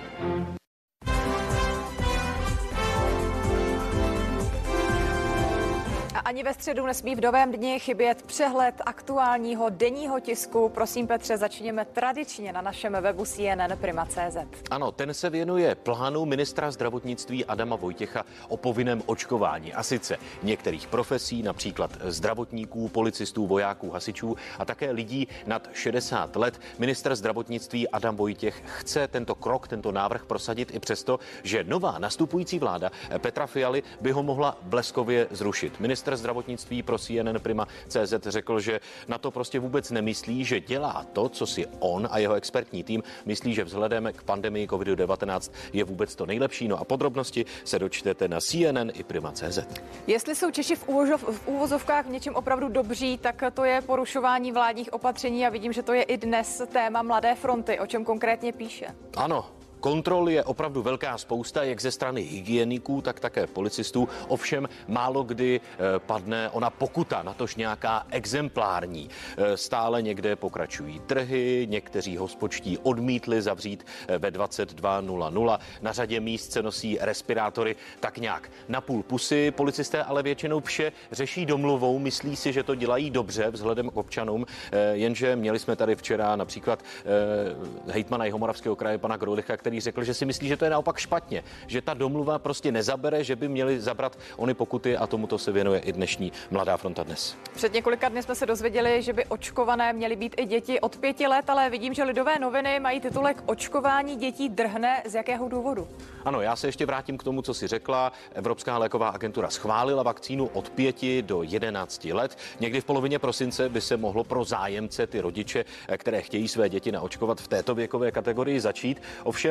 Ani ve středu nesmí v novém dni chybět přehled aktuálního denního tisku. Prosím, Petře, začněme tradičně na našem webu cnnprima.cz. Ano, ten se věnuje plánu ministra zdravotnictví Adama Vojtěcha o povinném očkování. A sice některých profesí, například zdravotníků, policistů, vojáků, hasičů a také lidí nad 60 let. Ministr zdravotnictví Adam Vojtěch chce tento krok, tento návrh prosadit i přesto, že nová nastupující vláda Petra Fialy by ho mohla bleskově zrušit. Ministr zdravotnictví pro CNN Prima.cz řekl, že na to prostě vůbec nemyslí, že dělá to, co si on a jeho expertní tým myslí, že vzhledem k pandemii COVID-19 je vůbec to nejlepší. No a podrobnosti se dočtete na CNN i Prima.cz. Jestli jsou Češi v úvozovkách v něčem opravdu dobří, tak to je porušování vládních opatření a vidím, že to je i dnes téma Mladé fronty. O čem konkrétně píše? Ano. Kontrol je opravdu velká spousta, jak ze strany hygieniků, tak také policistů. Ovšem málo kdy padne ona pokuta, natož nějaká exemplární. Stále někde pokračují trhy, někteří hospodští odmítli zavřít ve 22:00. Na řadě míst se nosí respirátory tak nějak na půl pusy. Policisté ale většinou vše řeší domluvou, myslí si, že to dělají dobře vzhledem k občanům, jenže měli jsme tady včera například hejtmana Jihomoravského kraje pana Groudecha, který řekl, že si myslí, že to je naopak špatně, že ta domluva prostě nezabere, že by měli zabrat ony pokuty a tomuto se věnuje i dnešní Mladá fronta dnes. Před několika dny jsme se dozvěděli, že by očkované měly být i děti od 5 let, ale vidím, že Lidové noviny mají titulek Očkování dětí drhne. Z jakého důvodu? Ano, já se ještě vrátím k tomu, co si řekla. Evropská léková agentura schválila vakcínu od 5 do 11 let. Někdy v polovině prosince by se mohlo pro zájemce, ty rodiče, které chtějí své děti naočkovat v této věkové kategorii začít. Ovšem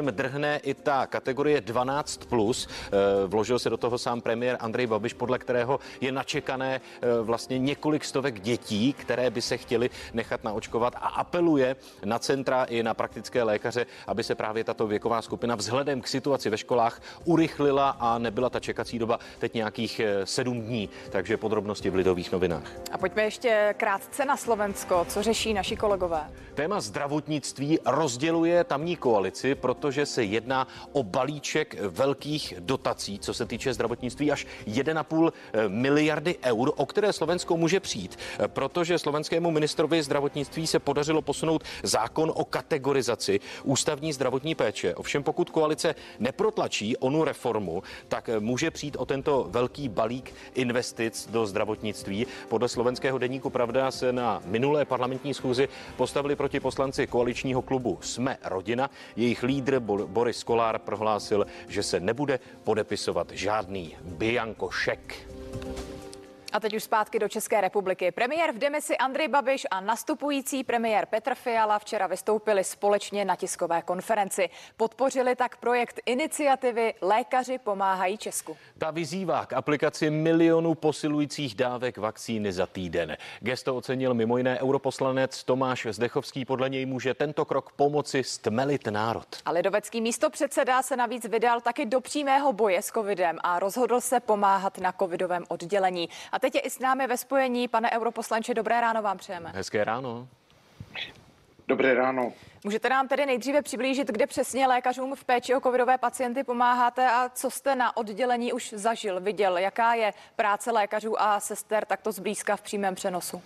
drhne i ta kategorie 12+. Vložil se do toho sám premiér Andrej Babiš, podle kterého je načekané vlastně několik stovek dětí, které by se chtěly nechat naočkovat, a apeluje na centra i na praktické lékaře, aby se právě tato věková skupina vzhledem k situaci ve školách urychlila a nebyla ta čekací doba teď nějakých 7 dní. Takže podrobnosti v Lidových novinách. A pojďme ještě krátce na Slovensko. Co řeší naši kolegové? Téma zdravotnictví rozděluje tamní koalici, protože se jedná o balíček velkých dotací, co se týče zdravotnictví, až 1,5 miliardy eur, o které Slovensko může přijít, protože slovenskému ministrovi zdravotnictví se podařilo posunout zákon o kategorizaci ústavní zdravotní péče. Ovšem pokud koalice neprotlačí onu reformu, tak může přijít o tento velký balík investic do zdravotnictví. Podle slovenského deníku Pravda se na minulé parlamentní schůzi postavili proti poslanci koaličního klubu Jsme rodina. Jejich lídr Boris Kolár prohlásil, že se nebude podepisovat žádný bianko šek. A teď už zpátky do České republiky. Premiér v demisi Andrej Babiš a nastupující premiér Petr Fiala včera vystoupili společně na tiskové konferenci. Podpořili tak projekt iniciativy Lékaři pomáhají Česku. Ta vyzývá k aplikaci milionů posilujících dávek vakcíny za týden. Gesto ocenil mimo jiné europoslanec Tomáš Zdechovský. Podle něj může tento krok pomoci stmelit národ. A lidovecký místopředseda se navíc vydal taky do přímého boje s covidem a rozhodl se pomáhat na covidovém oddělení. A teď je i s námi ve spojení. Pane europoslanče, dobré ráno vám přejeme. Hezké ráno. Dobré ráno. Můžete nám tedy nejdříve přiblížit, kde přesně lékařům v péči o covidové pacienty pomáháte a co jste na oddělení už zažil, viděl? Jaká je práce lékařů a sester takto zblízka v přímém přenosu?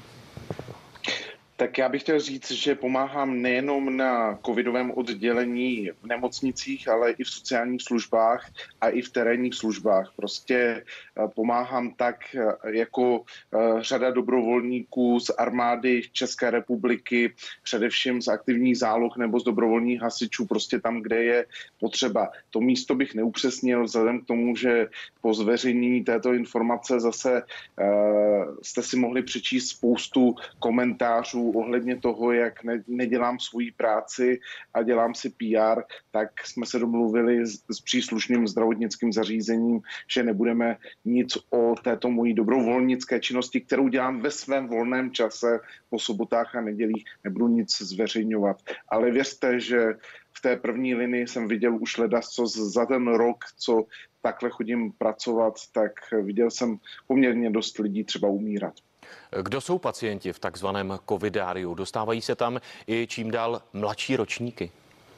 Tak já bych chtěl říct, že pomáhám nejenom na covidovém oddělení v nemocnicích, ale i v sociálních službách a i v terénních službách. Prostě pomáhám tak jako řada dobrovolníků z armády České republiky, především z aktivních záloh nebo z dobrovolných hasičů, prostě tam, kde je potřeba. To místo bych neupřesnil vzhledem k tomu, že po zveřejnění této informace zase jste si mohli přečíst spoustu komentářů ohledně toho, jak nedělám svoji práci a dělám si PR, tak jsme se domluvili s příslušným zdravotnickým zařízením, že nebudeme nic o této mojí dobrovolnické činnosti, kterou dělám ve svém volném čase po sobotách a nedělích, nebudu nic zveřejňovat. Ale věřte, že v té první linii jsem viděl už ledasco za ten rok, co takhle chodím pracovat, tak viděl jsem poměrně dost lidí třeba umírat. Kdo jsou pacienti v takzvaném covidáriu? Dostávají se tam i čím dál mladší ročníky?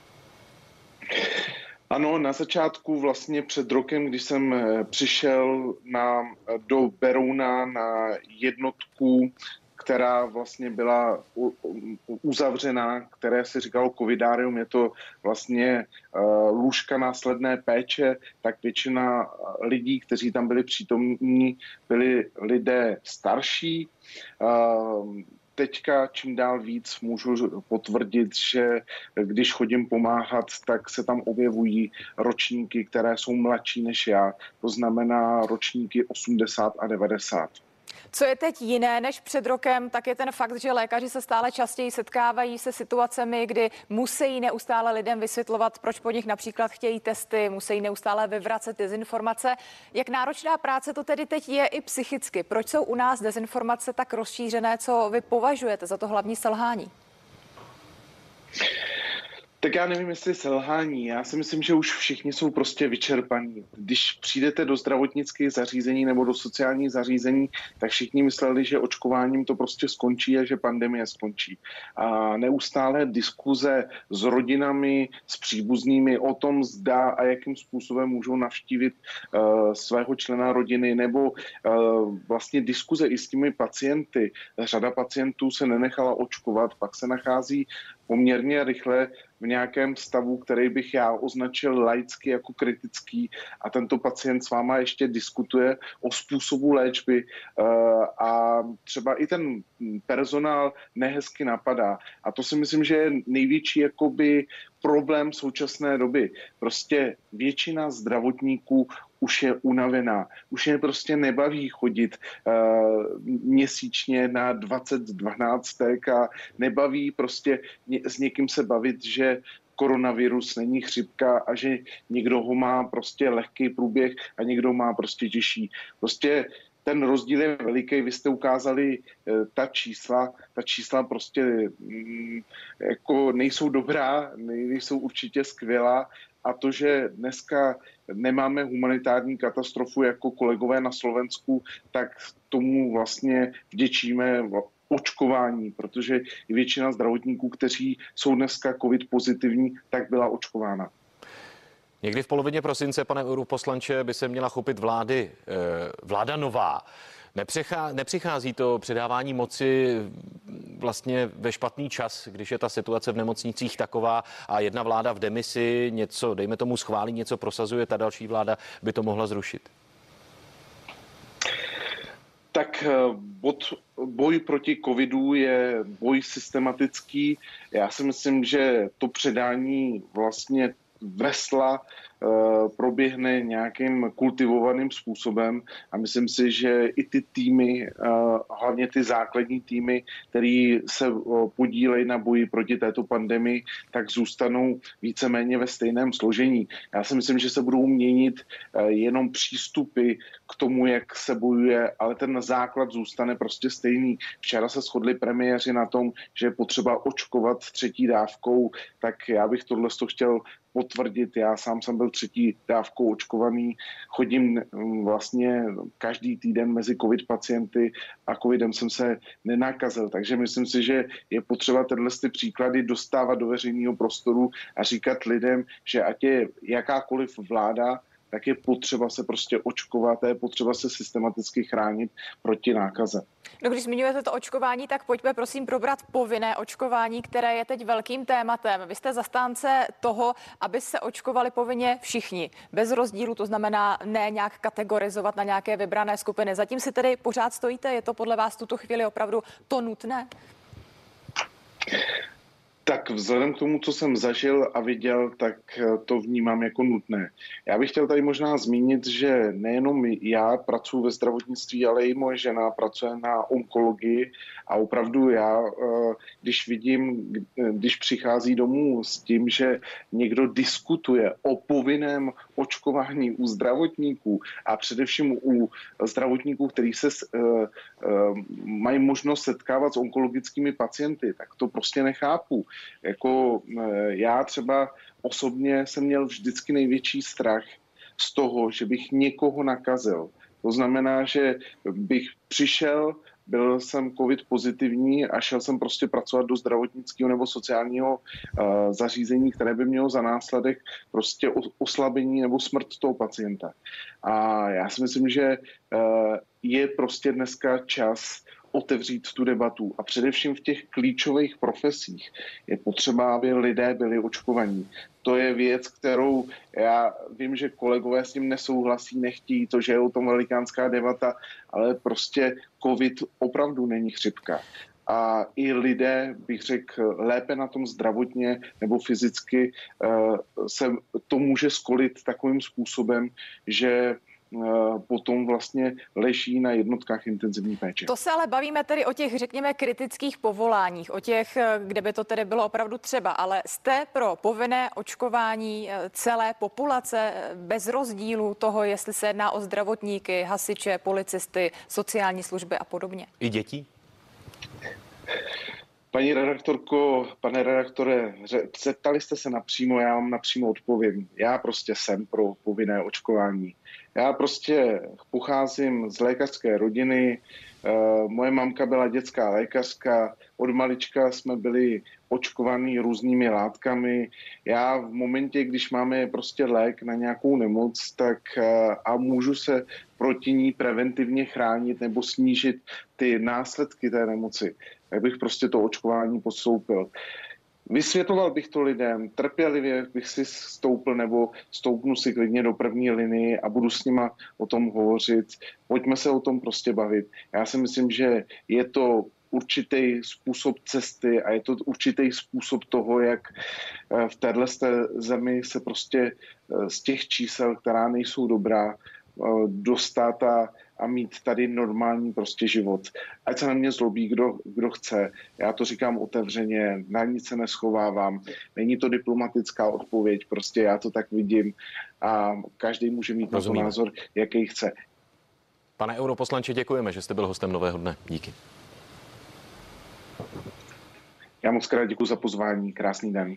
Ano, na začátku vlastně před rokem, když jsem přišel do Berouna na jednotku, která vlastně byla uzavřená, které se říkalo covidárium, je to vlastně lůžka následné péče, tak většina lidí, kteří tam byli přítomní, byli lidé starší. Teďka čím dál víc můžu potvrdit, že když chodím pomáhat, tak se tam objevují ročníky, které jsou mladší než já, to znamená ročníky 80 a 90. Co je teď jiné než před rokem, tak je ten fakt, že lékaři se stále častěji setkávají se situacemi, kdy musí neustále lidem vysvětlovat, proč po nich například chtějí testy, musí neustále vyvracet dezinformace. Jak náročná práce to tedy teď je i psychicky? Proč jsou u nás dezinformace tak rozšířené? Co vy považujete za to hlavní selhání? Tak já nevím, jestli selhání. Já si myslím, že už všichni jsou prostě vyčerpaní. Když přijdete do zdravotnických zařízení nebo do sociálních zařízení, tak všichni mysleli, že očkováním to prostě skončí a že pandemie skončí. A neustále diskuze s rodinami, s příbuznými o tom, zda a jakým způsobem můžou navštívit svého člena rodiny, nebo vlastně diskuze i s těmi pacienty. Řada pacientů se nenechala očkovat, pak se nachází poměrně rychle v nějakém stavu, který bych já označil laicky jako kritický, a tento pacient s váma ještě diskutuje o způsobu léčby a třeba i ten personál nehezky napadá. A to si myslím, že je největší jakoby problém současné doby. Prostě většina zdravotníků už je unavená. Už je prostě nebaví chodit měsíčně na 20 12 a nebaví prostě s někým se bavit, že koronavirus není chřipka a že někdo ho má prostě lehký průběh a někdo má prostě těžší. Prostě ten rozdíl je veliký, vy jste ukázali ta čísla prostě jako nejsou dobrá, nejsou určitě skvělá a to, že dneska nemáme humanitární katastrofu jako kolegové na Slovensku, tak tomu vlastně vděčíme očkování, protože i většina zdravotníků, kteří jsou dneska covid pozitivní, tak byla očkována. Někdy v polovině prosince, pane europoslanče, by se měla chopit vláda nová. Nepřichází to předávání moci vlastně ve špatný čas, když je ta situace v nemocnicích taková a jedna vláda v demisi něco, dejme tomu, schválí, něco prosazuje, ta další vláda by to mohla zrušit? Tak boj proti covidu je boj systematický. Já si myslím, že to předání vlastně vesla proběhne nějakým kultivovaným způsobem a myslím si, že i ty týmy, hlavně ty základní týmy, které se podílejí na boji proti této pandemii, tak zůstanou víceméně ve stejném složení. Já si myslím, že se budou měnit jenom přístupy k tomu, jak se bojuje, ale ten základ zůstane prostě stejný. Včera se shodli premiéři na tom, že je potřeba očkovat 3. dávkou, tak já bych tohle chtěl potvrdit. Já sám jsem byl 3. dávkou očkovaný, chodím vlastně každý týden mezi covid pacienty a covidem jsem se nenakazil. Takže myslím si, že je potřeba tyhle příklady dostávat do veřejného prostoru a říkat lidem, že ať je jakákoliv vláda, tak je potřeba se prostě očkovat, je potřeba se systematicky chránit proti nákaze. No, když zmiňujete to očkování, tak pojďme prosím probrat povinné očkování, které je teď velkým tématem. Vy jste zastánce toho, aby se očkovali povinně všichni, bez rozdílu, to znamená ne nějak kategorizovat na nějaké vybrané skupiny. Zatím si tedy pořád stojíte? Je to podle vás v tuto chvíli opravdu to nutné? Tak vzhledem k tomu, co jsem zažil a viděl, tak to vnímám jako nutné. Já bych chtěl tady možná zmínit, že nejenom já pracuji ve zdravotnictví, ale i moje žena pracuje na onkologii a opravdu já, když vidím, když přichází domů s tím, že někdo diskutuje o povinném očkování u zdravotníků a především u zdravotníků, kteří se mají možnost setkávat s onkologickými pacienty, tak to prostě nechápu. Jako já třeba osobně jsem měl vždycky největší strach z toho, že bych někoho nakazil. To znamená, že bych přišel, byl jsem covid pozitivní a šel jsem prostě pracovat do zdravotnického nebo sociálního zařízení, které by mělo za následek prostě oslabení nebo smrt toho pacienta. A já si myslím, že je prostě dneska čas otevřít tu debatu a především v těch klíčových profesích je potřeba, aby lidé byli očkovaní. To je věc, kterou já vím, že kolegové s tím nesouhlasí, nechtějí to, že je o tom velikánská debata, ale prostě covid opravdu není chřipka. A i lidé, bych řekl, lépe na tom zdravotně nebo fyzicky se to může skolit takovým způsobem, že potom vlastně leží na jednotkách intenzivní péče. To se ale bavíme tedy o těch, řekněme, kritických povoláních, o těch, kde by to tedy bylo opravdu třeba, ale jste pro povinné očkování celé populace bez rozdílu toho, jestli se jedná o zdravotníky, hasiče, policisty, sociální služby a podobně? I dětí? Paní redaktorko, pane redaktore, zeptali jste se napřímo, já vám napřímo odpovím. Já prostě jsem pro povinné očkování. Já prostě pocházím z lékařské rodiny, moje mamka byla dětská lékařka, od malička jsme byli očkovaní různými látkami. Já v momentě, když máme prostě lék na nějakou nemoc, tak a můžu se proti ní preventivně chránit nebo snížit ty následky té nemoci, tak bych prostě to očkování podstoupil. Vysvětloval bych to lidem, trpělivě bych si stoupl nebo stoupnu si klidně do první linie a budu s nima o tom hovořit. Pojďme se o tom prostě bavit. Já si myslím, že je to určitý způsob cesty a je to určitý způsob toho, jak v téhle zemi se prostě z těch čísel, která nejsou dobrá, dostat a mít tady normální prostě život. Ať se na mě zlobí, kdo chce. Já to říkám otevřeně, na nic se neschovávám. Není to diplomatická odpověď, prostě já to tak vidím a každý může mít na to názor, jaký chce. Pane europoslanče, děkujeme, že jste byl hostem Nového dne. Díky. Já moc krát děkuji za pozvání. Krásný den.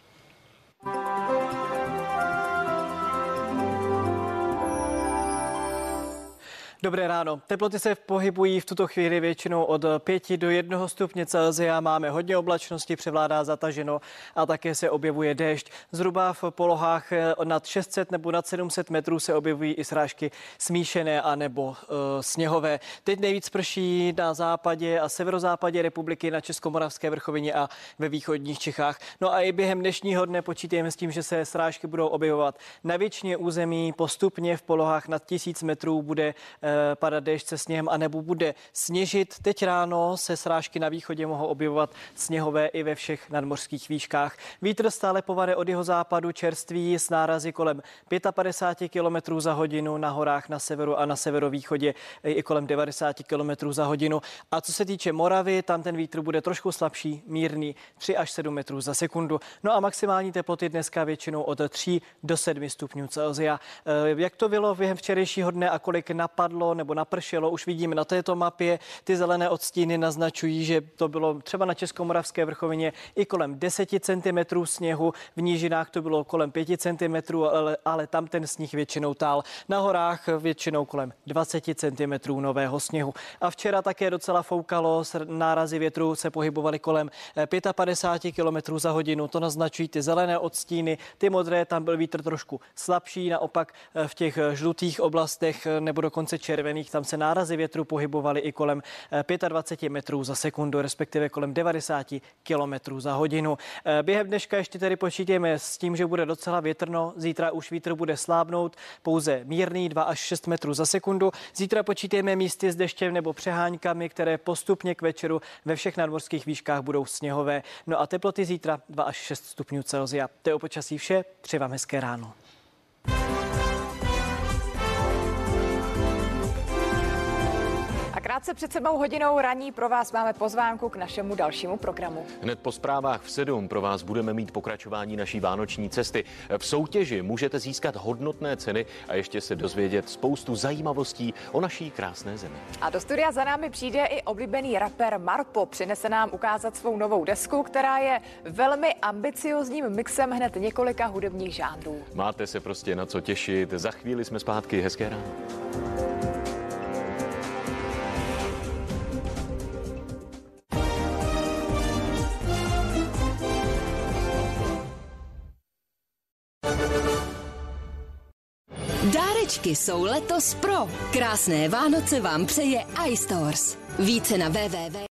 Dobré ráno. Teploty se pohybují v tuto chvíli většinou od 5 do 1 stupně Celsia. Máme hodně oblačnosti, převládá zataženo a také se objevuje déšť. Zhruba v polohách nad 600 nebo nad 700 metrů se objevují i srážky smíšené a nebo sněhové. Teď nejvíc prší na západě a severozápadě republiky, na Českomoravské vrchovině a ve východních Čechách. No a i během dnešního dne počítáme s tím, že se srážky budou objevovat na většině území. Postupně v polohách nad 1000 metrů bude padat déšť se sněhem a nebo bude sněžit. Teď ráno se srážky na východě mohou objevovat sněhové i ve všech nadmořských výškách. Vítr stále povade od jihozápadu čerstvý s nárazy kolem 55 km za hodinu, na horách na severu a na severovýchodě i kolem 90 km za hodinu. A co se týče Moravy, tam ten vítr bude trošku slabší, mírný, 3 až 7 metrů za sekundu. No a maximální teploty dneska většinou od 3 do 7 stupňů Celsia. Jak to bylo během včerejšího dne a kolik napadlo nebo napršelo, už vidíme na této mapě. Ty zelené odstíny naznačují, že to bylo třeba na Českomoravské vrchovině i kolem 10 cm sněhu, v nížinách to bylo kolem 5 cm, ale tam ten sníh většinou tál. Na horách většinou kolem 20 cm nového sněhu. A včera také docela foukalo, nárazy větru se pohybovaly kolem 55 km za hodinu, to naznačují ty zelené odstíny, ty modré, tam byl vítr trošku slabší, naopak v těch žlutých oblastech nebo dokonce červených, tam se nárazy větru pohybovaly i kolem 25 metrů za sekundu, respektive kolem 90 km za hodinu. Během dneška ještě tedy počítáme s tím, že bude docela větrno, zítra už vítr bude slábnout, pouze mírný 2 až 6 metrů za sekundu. Zítra počítáme místy s deštěm nebo přeháňkami, které postupně k večeru ve všech nadmořských výškách budou sněhové. No a teploty zítra 2 až 6 stupňů Celsia. To je o počasí vše, přeji vám hezké ráno. A krátce před 7 hodinou ranní pro vás máme pozvánku k našemu dalšímu programu. Hned po zprávách v 7 pro vás budeme mít pokračování naší vánoční cesty. V soutěži můžete získat hodnotné ceny a ještě se dozvědět spoustu zajímavostí o naší krásné zemi. A do studia za námi přijde i oblíbený rapper Marpo. Přinese nám ukázat svou novou desku, která je velmi ambiciozním mixem hned několika hudebních žánrů. Máte se prostě na co těšit. Za chvíli jsme zpátky. Hezké ráno. Dárečky jsou letos pro. Krásné Vánoce vám přeje iStores. Více na www.